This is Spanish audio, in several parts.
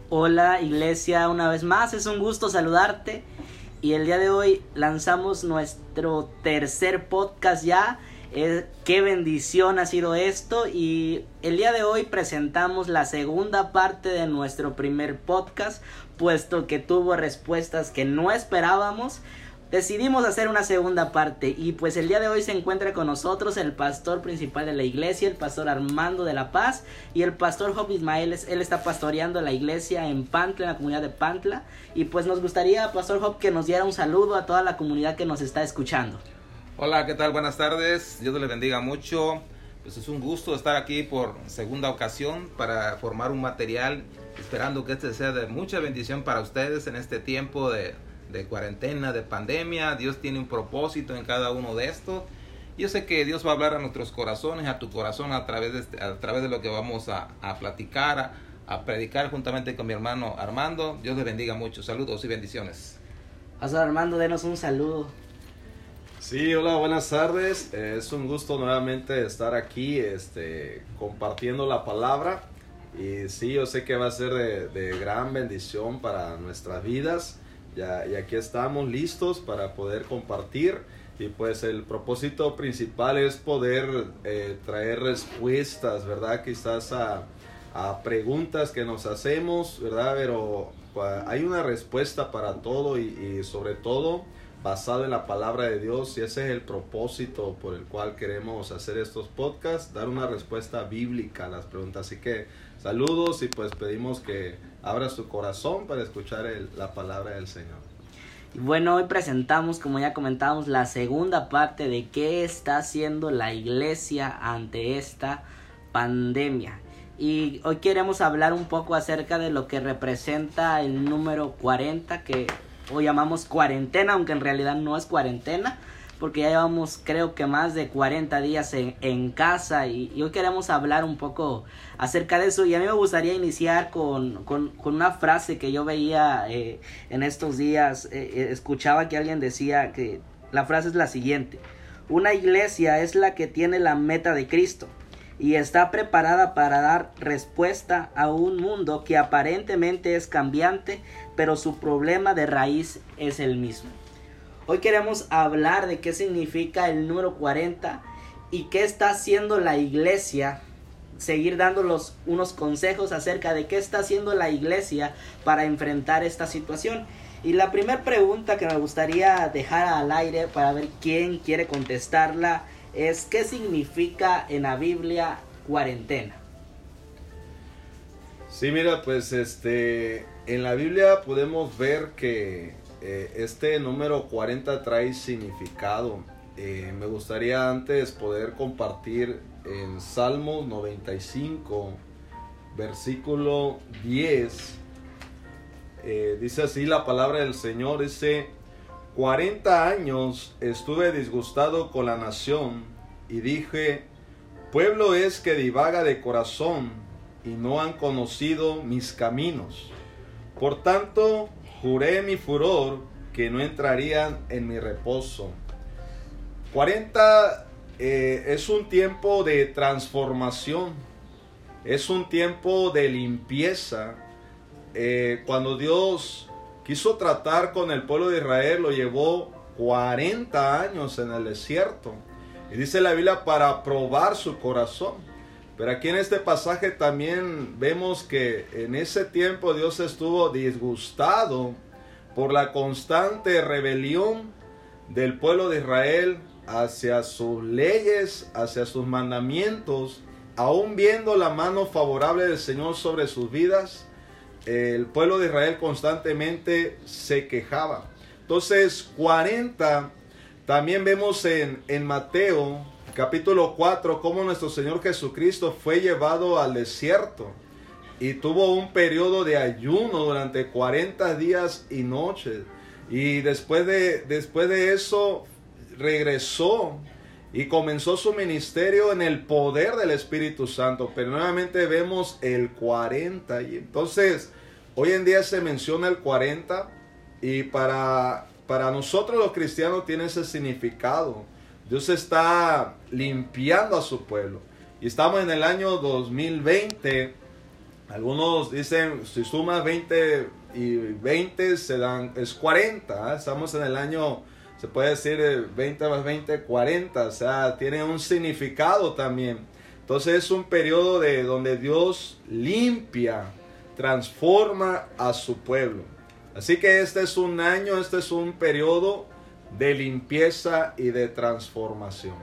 Hola iglesia, una vez más es un gusto saludarte y el día de hoy lanzamos nuestro tercer podcast ya. Qué bendición ha sido esto, y el día de hoy presentamos la segunda parte de nuestro primer podcast, puesto que tuvo respuestas que no esperábamos. Decidimos hacer una segunda parte y pues el día de hoy se encuentra con nosotros el pastor principal de la iglesia, el pastor Armando de la Paz, y el pastor Job Ismael. Él está pastoreando la iglesia en Pantla, en la comunidad de Pantla, y pues nos gustaría, pastor Job, que nos diera un saludo a toda la comunidad que nos está escuchando. Hola, ¿qué tal? Buenas tardes, Dios les bendiga mucho. Pues es un gusto estar aquí por segunda ocasión para formar un material, esperando que este sea de mucha bendición para ustedes en este tiempo de cuarentena, de pandemia. Dios tiene un propósito en cada uno de estos. Yo sé que Dios va a hablar a nuestros corazones, a tu corazón, a través de lo que vamos a platicar, a predicar juntamente con mi hermano Armando. Dios les bendiga mucho. Saludos y bendiciones. Pastor Armando, denos un saludo. Sí, hola, buenas tardes. Es un gusto nuevamente estar aquí compartiendo la palabra. Y sí, yo sé que va a ser de gran bendición para nuestras vidas. Y aquí estamos listos para poder compartir, y pues el propósito principal es poder traer respuestas, ¿verdad? Quizás a preguntas que nos hacemos, ¿verdad? Pero hay una respuesta para todo, y sobre todo basado en la palabra de Dios, y ese es el propósito por el cual queremos hacer estos podcasts, dar una respuesta bíblica a las preguntas. Así que saludos, y pues pedimos que abras tu corazón para escuchar la palabra del Señor. Y bueno, hoy presentamos, como ya comentábamos, la segunda parte de qué está haciendo la iglesia ante esta pandemia. Y hoy queremos hablar un poco acerca de lo que representa el número 40, que hoy llamamos cuarentena, aunque en realidad no es cuarentena, porque ya llevamos creo que más de 40 días en casa, y hoy queremos hablar un poco acerca de eso. Y a mí me gustaría iniciar con una frase que yo veía en estos días. Escuchaba que alguien decía que la frase es la siguiente: una iglesia es la que tiene la meta de Cristo y está preparada para dar respuesta a un mundo que aparentemente es cambiante, pero su problema de raíz es el mismo. Hoy queremos hablar de qué significa el número 40 y qué está haciendo la iglesia, seguir dándolos unos consejos acerca de qué está haciendo la iglesia para enfrentar esta situación. Y la primera pregunta que me gustaría dejar al aire para ver quién quiere contestarla es: ¿qué significa en la Biblia cuarentena? Sí, mira, pues en la Biblia podemos ver que este número 40 trae significado. Me gustaría antes poder compartir en Salmos 95, versículo 10. Dice así la palabra del Señor, dice: 40 años estuve disgustado con la nación, y dije: pueblo es que divaga de corazón, y no han conocido mis caminos. Por tanto, juré en mi furor que no entrarían en mi reposo. 40 es un tiempo de transformación, es un tiempo de limpieza. Cuando Dios quiso tratar con el pueblo de Israel, lo llevó 40 años en el desierto. Y dice la Biblia, para probar su corazón. Pero aquí en este pasaje también vemos que en ese tiempo Dios estuvo disgustado por la constante rebelión del pueblo de Israel hacia sus leyes, hacia sus mandamientos. Aún viendo la mano favorable del Señor sobre sus vidas, el pueblo de Israel constantemente se quejaba. Entonces 40, también vemos en Mateo capítulo 4 cómo nuestro Señor Jesucristo fue llevado al desierto y tuvo un periodo de ayuno durante 40 días y noches, y después de eso regresó y comenzó su ministerio en el poder del Espíritu Santo. Pero nuevamente vemos el 40, y entonces hoy en día se menciona el 40, y para nosotros los cristianos tiene ese significado. Dios está limpiando a su pueblo, y estamos en el año 2020, Algunos dicen, si sumas 20 y 20 es 40. Estamos en el año, se puede decir 20 más 20, 40. O sea, tiene un significado también. Entonces es un periodo donde Dios limpia, transforma a su pueblo. Así que este es un año, este es un periodo de limpieza y de transformación.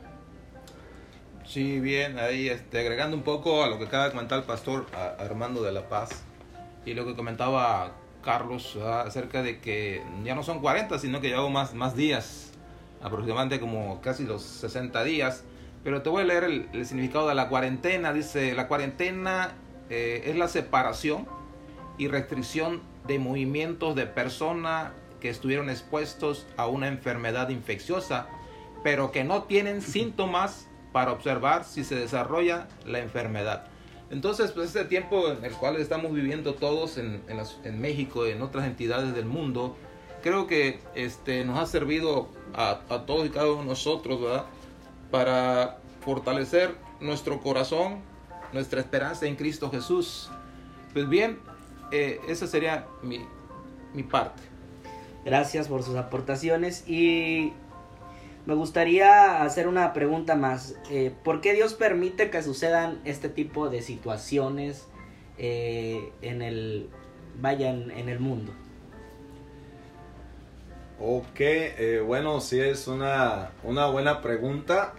Sí, bien, ahí agregando un poco a lo que acaba de comentar el pastor Armando de la Paz y lo que comentaba Carlos acerca de que ya no son 40, sino que llevamos más días, aproximadamente como casi los 60 días. Pero te voy a leer el significado de la cuarentena. Dice, la cuarentena es la separación y restricción de movimientos de personas que estuvieron expuestos a una enfermedad infecciosa, pero que no tienen síntomas para observar si se desarrolla la enfermedad. Entonces, pues este tiempo en el cual estamos viviendo todos en México y en otras entidades del mundo, creo que nos ha servido a todos y cada uno de nosotros, ¿verdad?, para fortalecer nuestro corazón, nuestra esperanza en Cristo Jesús. Pues bien, esa sería mi parte. Gracias por sus aportaciones y me gustaría hacer una pregunta más. ¿Por qué Dios permite que sucedan este tipo de situaciones en el mundo? Ok, bueno, sí es una buena pregunta.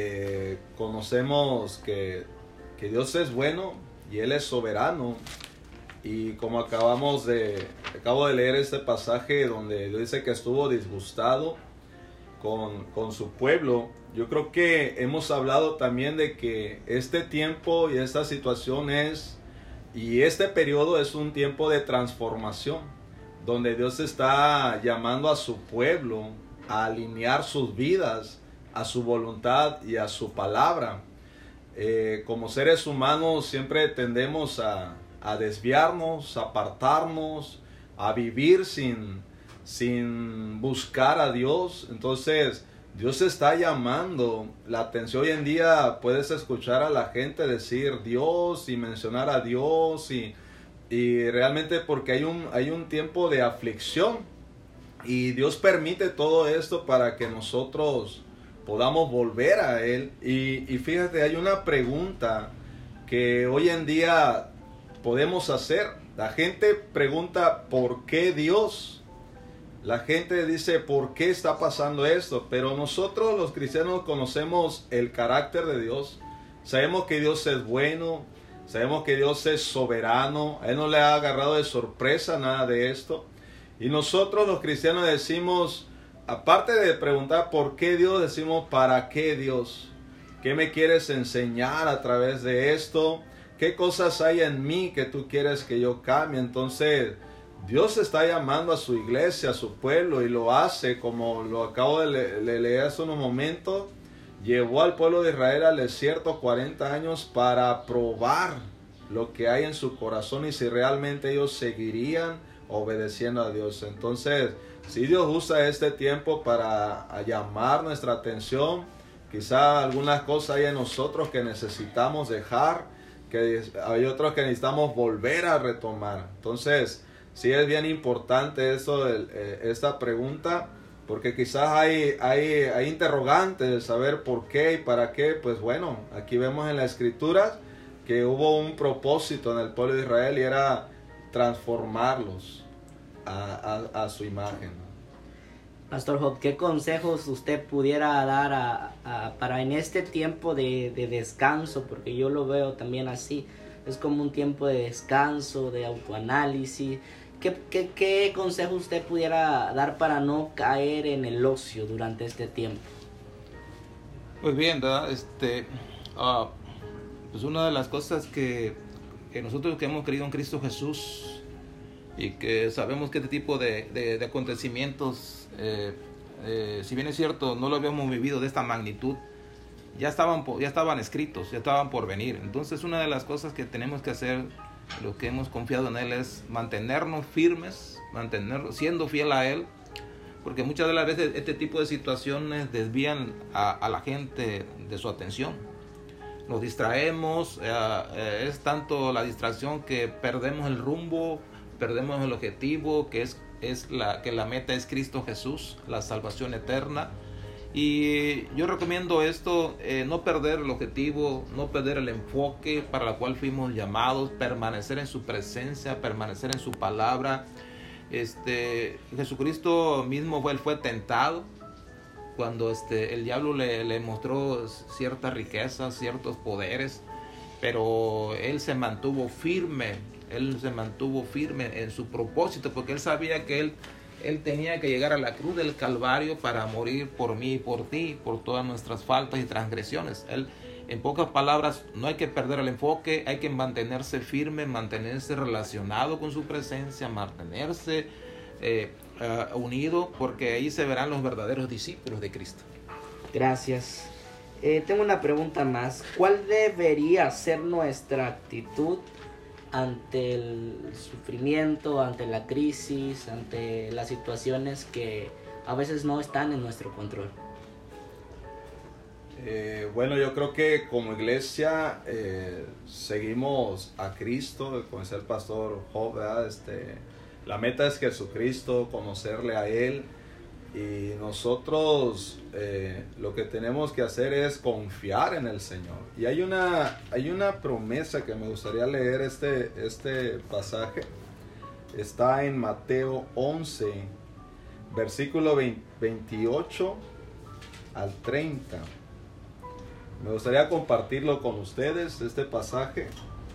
Conocemos que Dios es bueno y Él es soberano. Y como acabo de leer este pasaje donde dice que estuvo disgustado con su pueblo, yo creo que hemos hablado también de que este tiempo y esta situación y este periodo es un tiempo de transformación, donde Dios está llamando a su pueblo a alinear sus vidas a su voluntad y a su palabra. Como seres humanos siempre tendemos a desviarnos, a apartarnos, a vivir sin buscar a Dios. Entonces Dios está llamando la atención. Hoy en día puedes escuchar a la gente decir Dios y mencionar a Dios y realmente porque hay un tiempo de aflicción y Dios permite todo esto para que nosotros podamos volver a Él. Y fíjate, hay una pregunta que hoy en día podemos hacer. La gente pregunta ¿por qué Dios? La gente dice ¿por qué está pasando esto? Pero nosotros los cristianos conocemos el carácter de Dios. Sabemos que Dios es bueno. Sabemos que Dios es soberano. A Él no le ha agarrado de sorpresa nada de esto. Y nosotros los cristianos decimos, aparte de preguntar ¿por qué Dios?, decimos ¿para qué Dios? ¿Qué me quieres enseñar a través de esto? ¿Qué cosas hay en mí que tú quieres que yo cambie? Entonces, Dios está llamando a su iglesia, a su pueblo, y lo hace como lo acabo de leer hace unos momentos. Llevó al pueblo de Israel al desierto 40 años para probar lo que hay en su corazón y si realmente ellos seguirían obedeciendo a Dios. Entonces, si Dios usa este tiempo para llamar nuestra atención, quizá algunas cosas hay en nosotros que necesitamos dejar, que hay otros que necesitamos volver a retomar. Entonces, sí es bien importante esta pregunta, porque quizás hay interrogantes de saber por qué y para qué. Pues bueno, aquí vemos en la Escritura que hubo un propósito en el pueblo de Israel y era transformarlos a su imagen. Pastor Job, ¿qué consejos usted pudiera dar para en este tiempo de descanso? Porque yo lo veo también así, es como un tiempo de descanso, de autoanálisis. ¿Qué consejo usted pudiera dar para no caer en el ocio durante este tiempo? Pues bien, ¿verdad? Pues una de las cosas que nosotros que hemos creído en Cristo Jesús y que sabemos que este tipo de acontecimientos, si bien es cierto, no lo habíamos vivido de esta magnitud, ya estaban escritos, ya estaban por venir. Entonces, una de las cosas que tenemos que hacer, lo que hemos confiado en Él, es mantenernos firmes, siendo fiel a Él, porque muchas de las veces este tipo de situaciones desvían a la gente de su atención. nos distraemos, es tanto la distracción que perdemos el rumbo, perdemos el objetivo, que la meta es Cristo Jesús, la salvación eterna. Y yo recomiendo esto, no perder el objetivo, no perder el enfoque para el cual fuimos llamados, permanecer en su presencia, permanecer en su palabra. Jesucristo mismo él fue tentado cuando el diablo le mostró ciertas riquezas, ciertos poderes, pero él se mantuvo firme en su propósito, porque él sabía que él tenía que llegar a la cruz del Calvario para morir por mí y por ti, por todas nuestras faltas y transgresiones. En pocas palabras, no hay que perder el enfoque, hay que mantenerse firme, mantenerse relacionado con su presencia, mantenerse unido, porque ahí se verán los verdaderos discípulos de Cristo. Gracias. Tengo una pregunta más. ¿Cuál debería ser nuestra actitud ante el sufrimiento, ante la crisis, ante las situaciones que a veces no están en nuestro control? Bueno, yo creo que como iglesia seguimos a Cristo, como decía el pastor Job, ¿verdad? La meta es Jesucristo, conocerle a Él, y nosotros lo que tenemos que hacer es confiar en el Señor. Y hay una promesa que me gustaría leer, este pasaje. Está en Mateo 11, versículo 28 al 30. Me gustaría compartirlo con ustedes, este pasaje.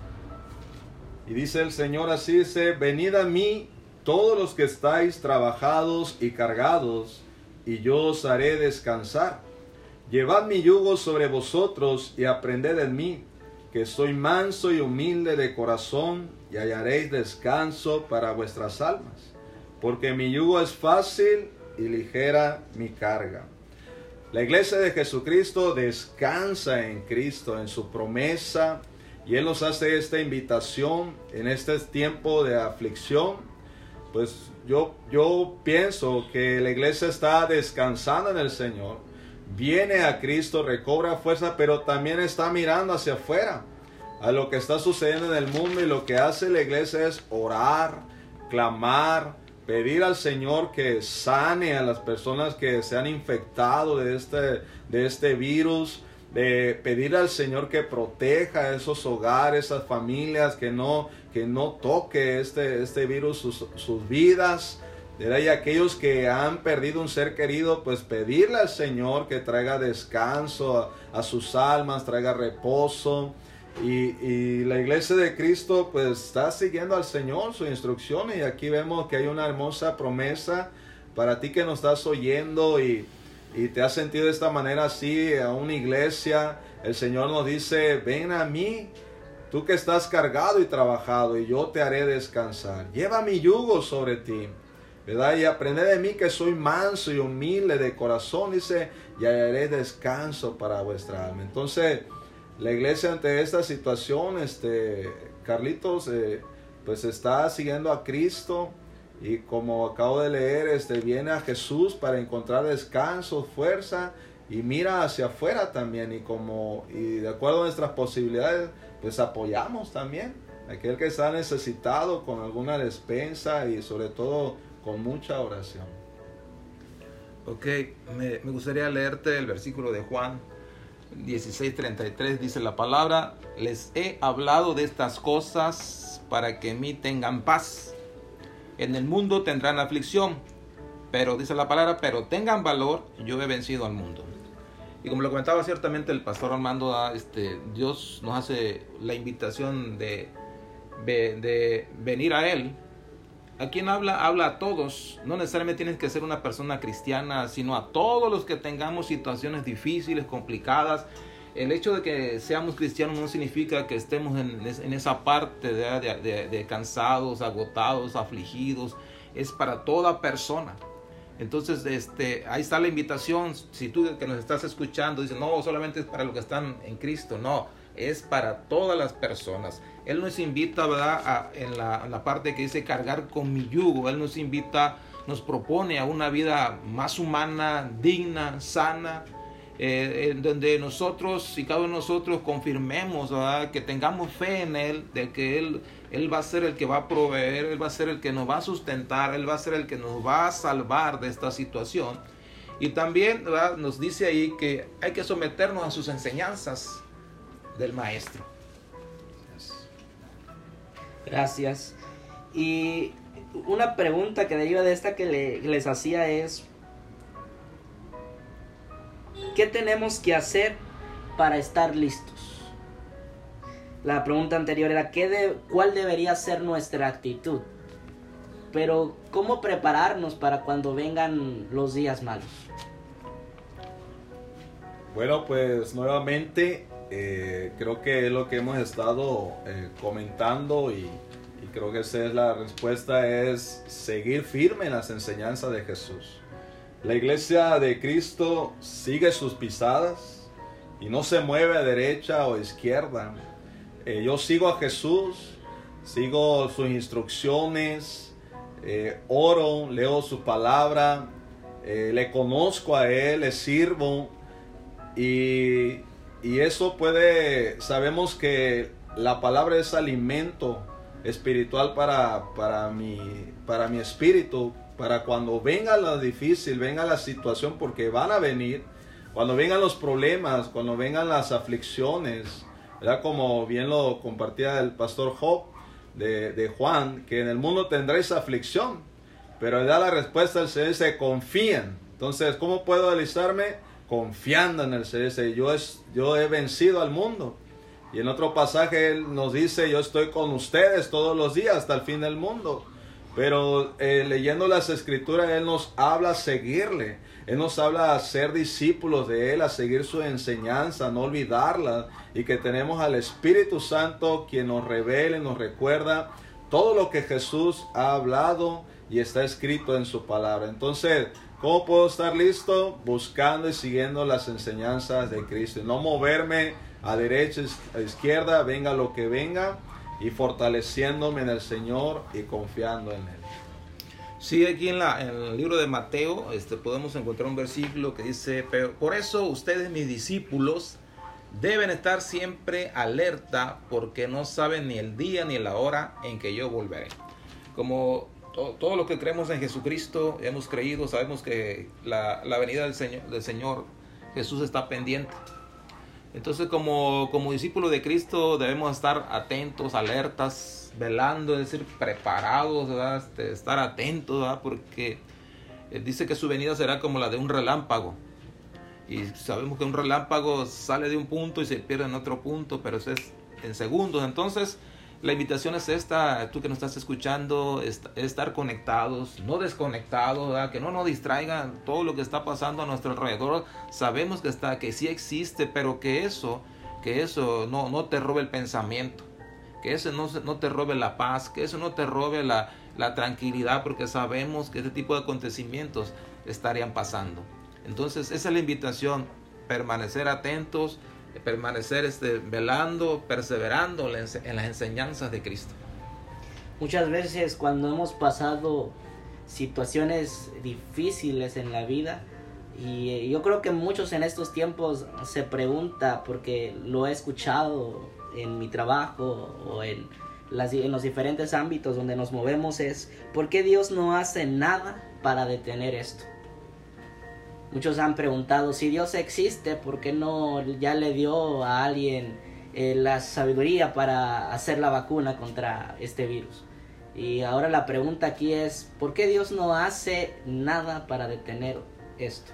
Y dice el Señor así, dice: venid a mí todos los que estáis trabajados y cargados, y yo os haré descansar. Llevad mi yugo sobre vosotros y aprended en mí, que soy manso y humilde de corazón, y hallaréis descanso para vuestras almas. Porque mi yugo es fácil y ligera mi carga. La iglesia de Jesucristo descansa en Cristo, en su promesa, y Él nos hace esta invitación en este tiempo de aflicción. Pues yo pienso que la iglesia está descansando en el Señor, viene a Cristo, recobra fuerza, pero también está mirando hacia afuera, a lo que está sucediendo en el mundo, y lo que hace la iglesia es orar, clamar, pedir al Señor que sane a las personas que se han infectado de este virus, de pedir al Señor que proteja a esos hogares, esas familias, que no toque este virus sus vidas. Y aquellos que han perdido un ser querido, pues pedirle al Señor que traiga descanso a sus almas, traiga reposo. Y la iglesia de Cristo pues está siguiendo al Señor, sus instrucciones, y aquí vemos que hay una hermosa promesa para ti que nos estás oyendo y te has sentido de esta manera así a una iglesia. El Señor nos dice: ven a mí, tú que estás cargado y trabajado, y yo te haré descansar. Lleva mi yugo sobre ti, ¿verdad? Y aprende de mí, que soy manso y humilde de corazón, dice, y haré descanso para vuestra alma. Entonces, la iglesia ante esta situación, Carlitos, pues está siguiendo a Cristo, y como acabo de leer, viene a Jesús para encontrar descanso, fuerza, y mira hacia afuera también, y de acuerdo a nuestras posibilidades, pues apoyamos también a aquel que está necesitado con alguna despensa, y sobre todo con mucha oración. Ok, me gustaría leerte el versículo de Juan 16:33. Dice la palabra: les he hablado de estas cosas para que en mí tengan paz. En el mundo tendrán aflicción, pero dice la palabra, pero tengan valor, yo he vencido al mundo. Y como lo comentaba ciertamente el pastor Armando, Dios nos hace la invitación de venir a Él. ¿A quién habla? Habla a todos. No necesariamente tienes que ser una persona cristiana, sino a todos los que tengamos situaciones difíciles, complicadas. El hecho de que seamos cristianos no significa que estemos en esa parte de cansados, agotados, afligidos. Es para toda persona. Entonces, ahí está la invitación. Si tú que nos estás escuchando dices, no, solamente es para los que están en Cristo. No, es para todas las personas. Él nos invita, ¿verdad?, en la parte que dice cargar con mi yugo. Él nos invita, nos propone a una vida más humana, digna, sana. en donde nosotros y cada uno de nosotros confirmemos, ¿verdad?, que tengamos fe en Él, de que Él va a ser el que va a proveer, Él va a ser el que nos va a sustentar, Él va a ser el que nos va a salvar de esta situación. Y también, ¿verdad?, nos dice ahí que hay que someternos a sus enseñanzas del Maestro. Gracias. Y una pregunta que deriva de esta que les hacía es: ¿qué tenemos que hacer para estar listos? La pregunta anterior era ¿cuál debería ser nuestra actitud? Pero ¿cómo prepararnos para cuando vengan los días malos? Bueno, pues nuevamente creo que es lo que hemos estado comentando y creo que esa es la respuesta, es seguir firme en las enseñanzas de Jesús. La iglesia de Cristo sigue sus pisadas y no se mueve a derecha o a izquierda. Yo sigo a Jesús, sigo sus instrucciones, oro, leo su palabra, le conozco a Él, le sirvo y eso sabemos que la palabra es alimento espiritual para mi espíritu, para cuando venga lo difícil, venga la situación, porque van a venir, cuando vengan los problemas, cuando vengan las aflicciones, ¿verdad? Como bien lo compartía el pastor Job de Juan, que en el mundo tendréis aflicción, pero da la respuesta al Señor, dice, confíen. Entonces, ¿cómo puedo alistarme? Confiando en el Señor. Yo he vencido al mundo. Y en otro pasaje Él nos dice, yo estoy con ustedes todos los días hasta el fin del mundo. Pero leyendo las escrituras, Él nos habla a seguirle. Él nos habla a ser discípulos de Él, a seguir su enseñanza, a no olvidarla. Y que tenemos al Espíritu Santo quien nos revele, nos recuerda todo lo que Jesús ha hablado y está escrito en su palabra. Entonces, ¿cómo puedo estar listo? Buscando y siguiendo las enseñanzas de Cristo. Y no moverme a derecha, a izquierda, venga lo que venga, y fortaleciéndome en el Señor y confiando en Él. Sí, aquí en el libro de Mateo podemos encontrar un versículo que dice, pero por eso ustedes, mis discípulos, deben estar siempre alerta, porque no saben ni el día ni la hora en que yo volveré. Como todos los que creemos en Jesucristo, hemos creído, sabemos que la venida del Señor Jesús está pendiente. Entonces, como discípulos de Cristo, debemos estar atentos, alertas, velando, es decir, preparados, ¿verdad? Estar atentos, ¿verdad? Porque dice que su venida será como la de un relámpago. Y sabemos que un relámpago sale de un punto y se pierde en otro punto, pero eso es en segundos. Entonces, la invitación es esta, tú que nos estás escuchando, es estar conectados, no desconectados, ¿verdad? Que no nos distraigan todo lo que está pasando a nuestro alrededor. Sabemos que sí existe, pero que eso no te robe el pensamiento, que eso no te robe la paz, que eso no te robe la tranquilidad, porque sabemos que este tipo de acontecimientos estarían pasando. Entonces, esa es la invitación, permanecer atentos, permanecer velando, perseverando en las enseñanzas de Cristo. Muchas veces cuando hemos pasado situaciones difíciles en la vida, y yo creo que muchos en estos tiempos se preguntan, porque lo he escuchado en mi trabajo o en los diferentes ámbitos donde nos movemos, es ¿por qué Dios no hace nada para detener esto? Muchos han preguntado, si Dios existe, ¿por qué no ya le dio a alguien la sabiduría para hacer la vacuna contra este virus? Y ahora la pregunta aquí es, ¿por qué Dios no hace nada para detener esto?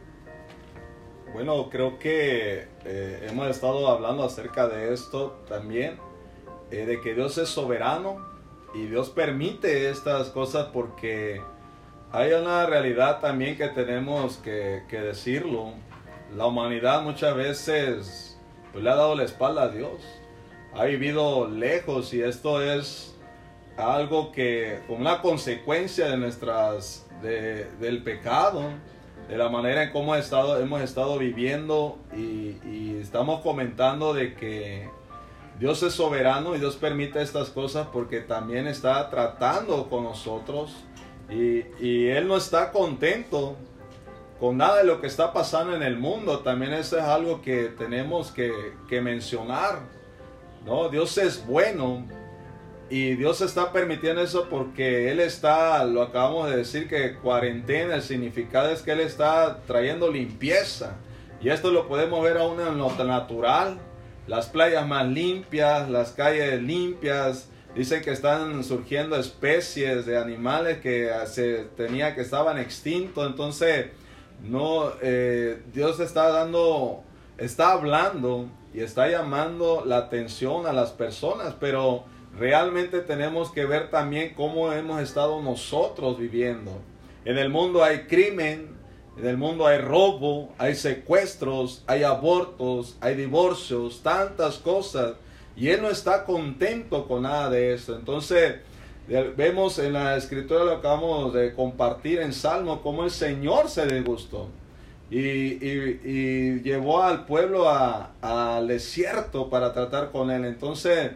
Bueno, creo que hemos estado hablando acerca de esto también, de que Dios es soberano y Dios permite estas cosas porque hay una realidad también que tenemos que decirlo. La humanidad muchas veces pues, le ha dado la espalda a Dios. Ha vivido lejos y esto es algo que, como una consecuencia de del pecado, de la manera en cómo hemos estado viviendo y estamos comentando de que Dios es soberano y Dios permite estas cosas porque también está tratando con nosotros. Y Él no está contento con nada de lo que está pasando en el mundo. También eso es algo que tenemos que mencionar, ¿no? Dios es bueno y Dios está permitiendo eso porque Él está, lo acabamos de decir, que cuarentena, el significado es que Él está trayendo limpieza. Y esto lo podemos ver aún en lo natural, las playas más limpias, las calles limpias. Dicen que están surgiendo especies de animales que estaban extintos. Entonces, no, Dios está hablando y está llamando la atención a las personas, pero realmente tenemos que ver también cómo hemos estado nosotros viviendo. En el mundo hay crimen, en el mundo hay robo, hay secuestros, hay abortos, hay divorcios, tantas cosas. Y Él no está contento con nada de eso. Entonces, vemos en la escritura, lo acabamos de compartir en Salmo, cómo el Señor se disgustó. Y llevó al pueblo al desierto para tratar con Él. Entonces,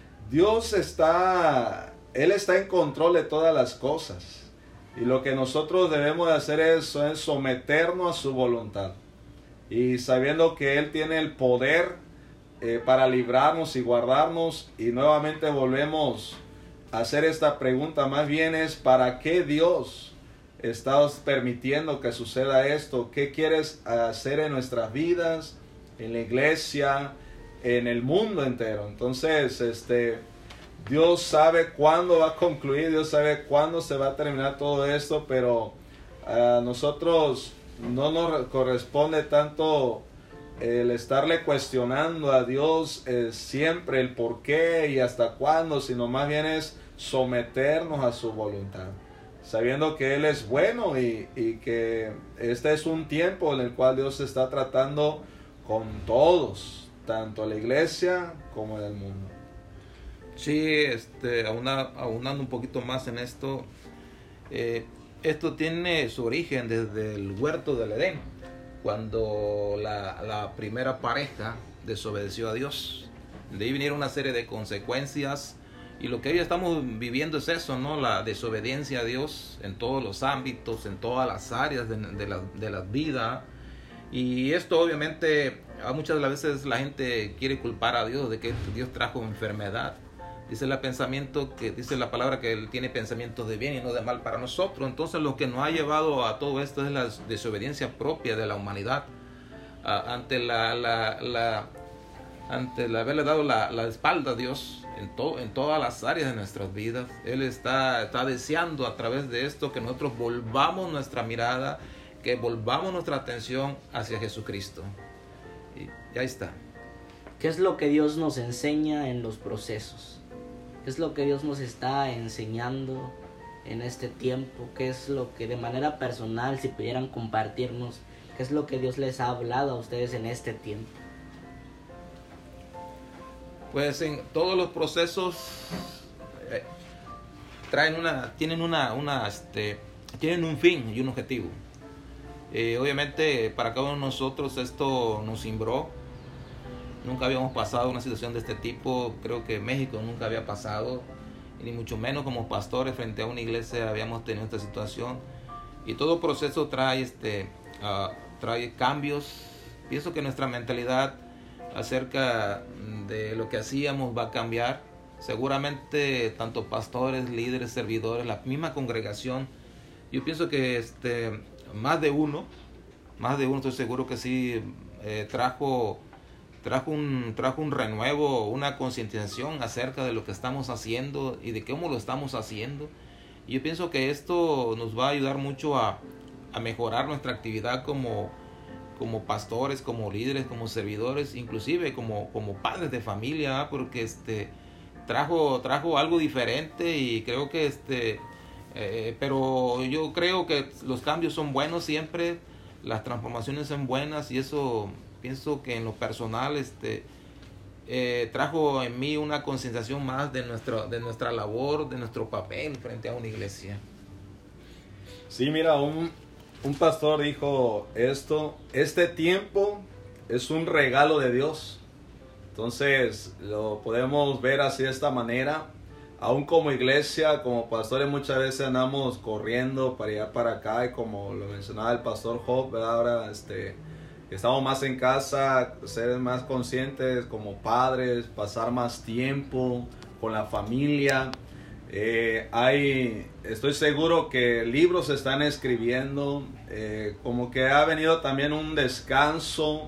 Él está en control de todas las cosas. Y lo que nosotros debemos de hacer es someternos a su voluntad. Y sabiendo que Él tiene el poder para librarnos y guardarnos. Y nuevamente volvemos a hacer esta pregunta. Más bien es, ¿para qué Dios está permitiendo que suceda esto? ¿Qué quieres hacer en nuestras vidas, en la iglesia, en el mundo entero? Entonces, Dios sabe cuándo va a concluir, Dios sabe cuándo se va a terminar todo esto, pero a nosotros no nos corresponde tanto el estarle cuestionando a Dios siempre el por qué y hasta cuándo, sino más bien es someternos a su voluntad, sabiendo que Él es bueno y que este es un tiempo en el cual Dios está tratando con todos, tanto la iglesia como el mundo. Sí, aunando un poquito más en esto, esto tiene su origen desde el huerto del Edén, cuando la primera pareja desobedeció a Dios. De ahí vinieron una serie de consecuencias, y lo que hoy estamos viviendo es eso, ¿no? La desobediencia a Dios en todos los ámbitos, en todas las áreas de la vida. Y esto obviamente, a muchas de las veces la gente quiere culpar a Dios de que Dios trajo enfermedad. Dice la palabra que Él tiene pensamientos de bien y no de mal para nosotros. Entonces lo que nos ha llevado a todo esto es la desobediencia propia de la humanidad ante haberle dado la espalda a Dios en todas las áreas de nuestras vidas. Él está deseando a través de esto que nosotros volvamos nuestra mirada, que volvamos nuestra atención hacia Jesucristo. Y ahí está. ¿Qué es lo que Dios nos enseña en los procesos? ¿Qué es lo que Dios nos está enseñando en este tiempo? ¿Qué es lo que de manera personal, si pudieran compartirnos, qué es lo que Dios les ha hablado a ustedes en este tiempo? Pues en todos los procesos tienen un fin y un objetivo. Obviamente para cada uno de nosotros esto nos cimbró. Nunca habíamos pasado una situación de este tipo. Creo que México nunca había pasado, y ni mucho menos como pastores frente a una iglesia habíamos tenido esta situación. Y todo proceso trae cambios. Pienso que nuestra mentalidad acerca de lo que hacíamos va a cambiar. Seguramente tanto pastores, líderes, servidores, la misma congregación. Yo pienso que más de uno, estoy seguro que sí, trajo un renuevo, una concientización acerca de lo que estamos haciendo y de cómo lo estamos haciendo. Y yo pienso que esto nos va a ayudar mucho a mejorar nuestra actividad como pastores, como líderes, como servidores, inclusive como padres de familia, porque trajo algo diferente. Y creo que pero yo creo que los cambios son buenos siempre, las transformaciones son buenas, y eso pienso que en lo personal trajo en mí una concientización más de nuestra labor, de nuestro papel frente a una iglesia. Sí, mira, un pastor dijo este tiempo es un regalo de Dios. Entonces lo podemos ver así de esta manera. aún como iglesia, como pastores, muchas veces andamos corriendo para allá para acá, y como lo mencionaba el pastor Job, ¿verdad? Ahora que estamos más en casa, ser más conscientes como padres, pasar más tiempo con la familia. Estoy seguro que libros se están escribiendo, como que ha venido también un descanso,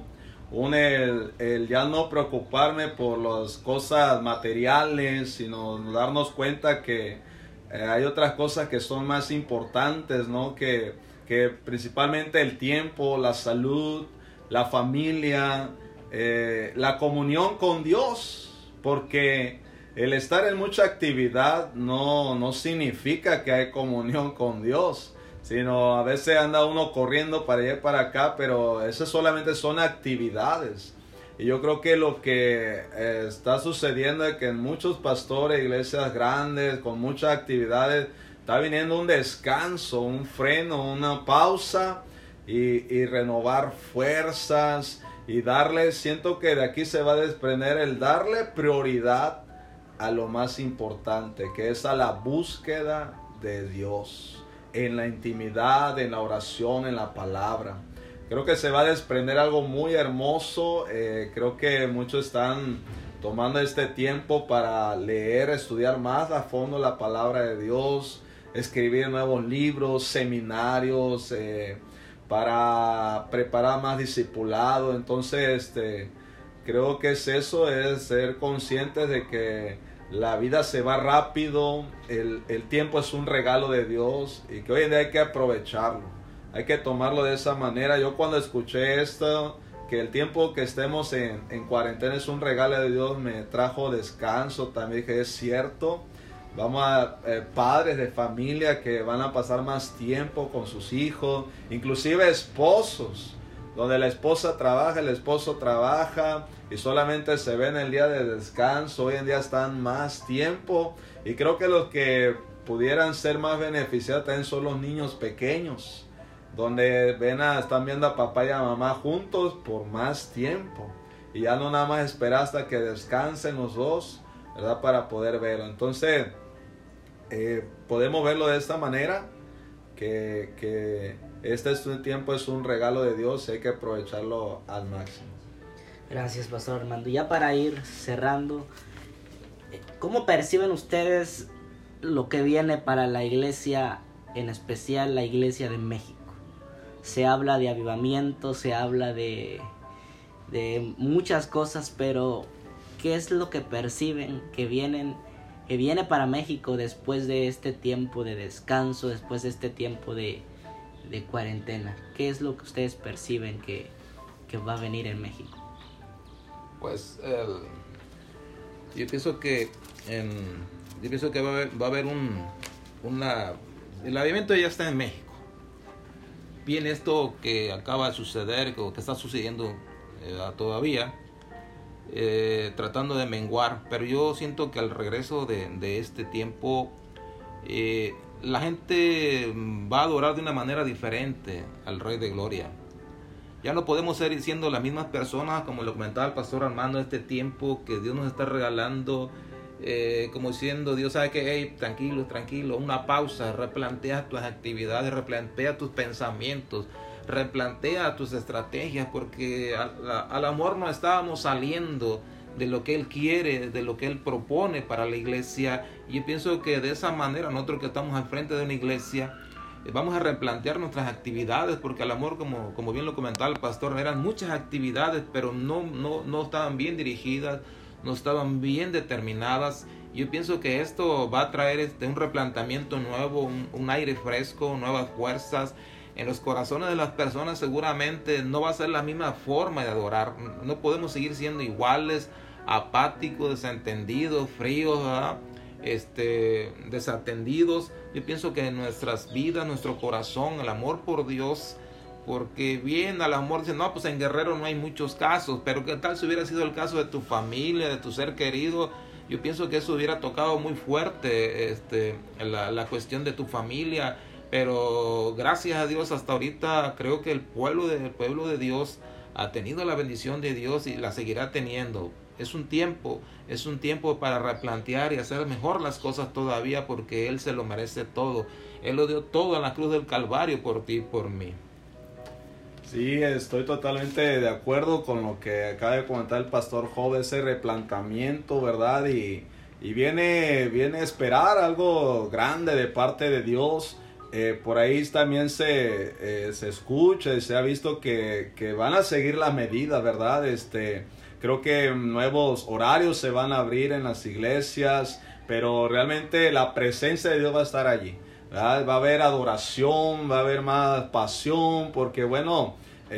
el ya no preocuparme por las cosas materiales, sino darnos cuenta que hay otras cosas que son más importantes, ¿no? Que principalmente el tiempo, la salud, la familia, la comunión con Dios, porque el estar en mucha actividad no significa que hay comunión con Dios, sino a veces anda uno corriendo para allá y para acá, pero esas solamente son actividades. Y yo creo que lo que está sucediendo es que en muchos pastores, iglesias grandes, con muchas actividades, está viniendo un descanso, un freno, una pausa y renovar fuerzas y siento que de aquí se va a desprender el darle prioridad a lo más importante, que es a la búsqueda de Dios, en la intimidad, en la oración, en la palabra. Creo que se va a desprender algo muy hermoso. Creo que muchos están tomando este tiempo para leer, estudiar más a fondo la palabra de Dios, escribir nuevos libros, seminarios, para preparar más discipulado. Entonces, creo que es ser conscientes de que la vida se va rápido, el tiempo es un regalo de Dios y que hoy en día hay que aprovecharlo, hay que tomarlo de esa manera. Yo cuando escuché esto, que el tiempo que estemos en cuarentena es un regalo de Dios, me trajo descanso también, que es cierto. Vamos a padres de familia que van a pasar más tiempo con sus hijos, inclusive esposos, donde la esposa trabaja, el esposo trabaja y solamente se ven el día de descanso. Hoy en día están más tiempo y creo que los que pudieran ser más beneficiados también son los niños pequeños, donde están viendo a papá y a mamá juntos por más tiempo y ya no nada más esperar hasta que descansen los dos, ¿verdad? Para poder verlo. Entonces, podemos verlo de esta manera, que este tiempo es un regalo de Dios y hay que aprovecharlo al máximo. Gracias, Pastor Armando. Ya para ir cerrando, ¿cómo perciben ustedes lo que viene para la iglesia, en especial la iglesia de México? Se habla de avivamiento, se habla de muchas cosas, pero ¿qué es lo que perciben que viene para México después de este tiempo de descanso, después de este tiempo de cuarentena? ¿Qué es lo que ustedes perciben que va a venir en México? Pues yo pienso que va a haber el avivamiento ya está en México. Bien, esto que acaba de suceder, que está sucediendo todavía, tratando de menguar, pero yo siento que al regreso de este tiempo, la gente va a adorar de una manera diferente al Rey de Gloria. Ya no podemos seguir siendo las mismas personas, como lo comentaba el pastor Armando, este tiempo que Dios nos está regalando, como diciendo, Dios sabe que, hey, tranquilo, una pausa, replantea tus actividades, replantea tus pensamientos, replantea tus estrategias, porque al amor no estábamos saliendo de lo que Él quiere, de lo que Él propone para la iglesia. Y yo pienso que de esa manera nosotros que estamos al frente de una iglesia, vamos a replantear nuestras actividades, porque al amor, como bien lo comentaba el pastor, eran muchas actividades, pero no estaban bien dirigidas, no estaban bien determinadas. Yo pienso que esto va a traer un replanteamiento nuevo, un aire fresco, nuevas fuerzas en los corazones de las personas. Seguramente no va a ser la misma forma de adorar. No podemos seguir siendo iguales, apáticos, desentendidos, fríos, ¿verdad? Desatendidos. Yo pienso que en nuestras vidas, nuestro corazón, el amor por Dios, porque bien al amor dicen, no, pues en Guerrero no hay muchos casos, pero qué tal si hubiera sido el caso de tu familia, de tu ser querido. Yo pienso que eso hubiera tocado muy fuerte la cuestión de tu familia, pero gracias a Dios hasta ahorita creo que el pueblo de Dios ha tenido la bendición de Dios y la seguirá teniendo. es un tiempo para replantear y hacer mejor las cosas todavía, porque Él se lo merece todo. Él lo dio todo en la cruz del Calvario por ti y por mí. Sí, estoy totalmente de acuerdo con lo que acaba de comentar el pastor Job, ese replanteamiento, ¿verdad? Y viene a esperar algo grande de parte de Dios. Por ahí también se escucha y se ha visto que van a seguir la medida, ¿verdad? Creo que nuevos horarios se van a abrir en las iglesias, pero realmente la presencia de Dios va a estar allí, ¿verdad? Va a haber adoración, va a haber más pasión, porque bueno,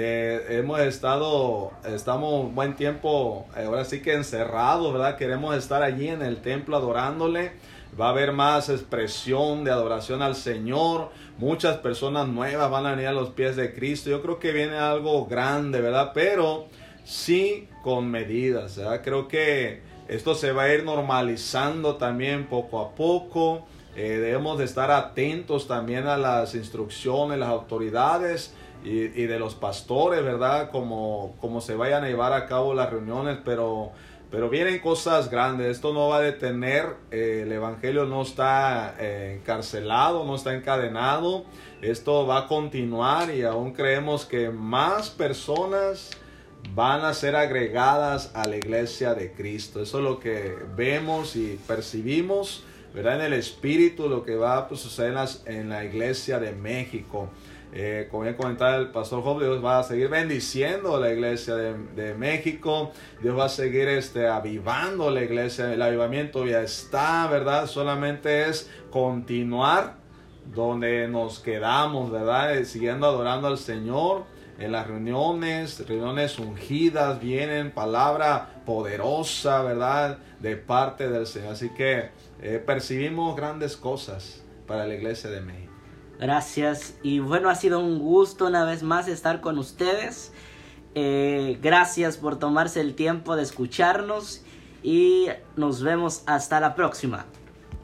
estamos un buen tiempo, ahora sí que encerrados, ¿verdad? Queremos estar allí en el templo adorándole. Va a haber más expresión de adoración al Señor. Muchas personas nuevas van a venir a los pies de Cristo. Yo creo que viene algo grande, ¿verdad? Pero sí con medidas, ¿verdad? Creo que esto se va a ir normalizando también poco a poco. Debemos de estar atentos también a las instrucciones, las autoridades y de los pastores, ¿verdad? Como se vayan a llevar a cabo las reuniones, pero vienen cosas grandes. Esto no va a detener. El evangelio no está encarcelado, no está encadenado. Esto va a continuar y aún creemos que más personas van a ser agregadas a la iglesia de Cristo. Eso es lo que vemos y percibimos, ¿verdad? En el espíritu, lo que va a suceder en la iglesia de México. Como ya comentaba el pastor Job, Dios va a seguir bendiciendo la iglesia de México. Dios va a seguir avivando la iglesia. El avivamiento ya está, ¿verdad? Solamente es continuar donde nos quedamos, ¿verdad? Siguiendo adorando al Señor en las reuniones ungidas. Vienen palabra poderosa, ¿verdad? De parte del Señor. Así que percibimos grandes cosas para la iglesia de México. Gracias. Y bueno, ha sido un gusto una vez más estar con ustedes. Gracias por tomarse el tiempo de escucharnos y nos vemos hasta la próxima.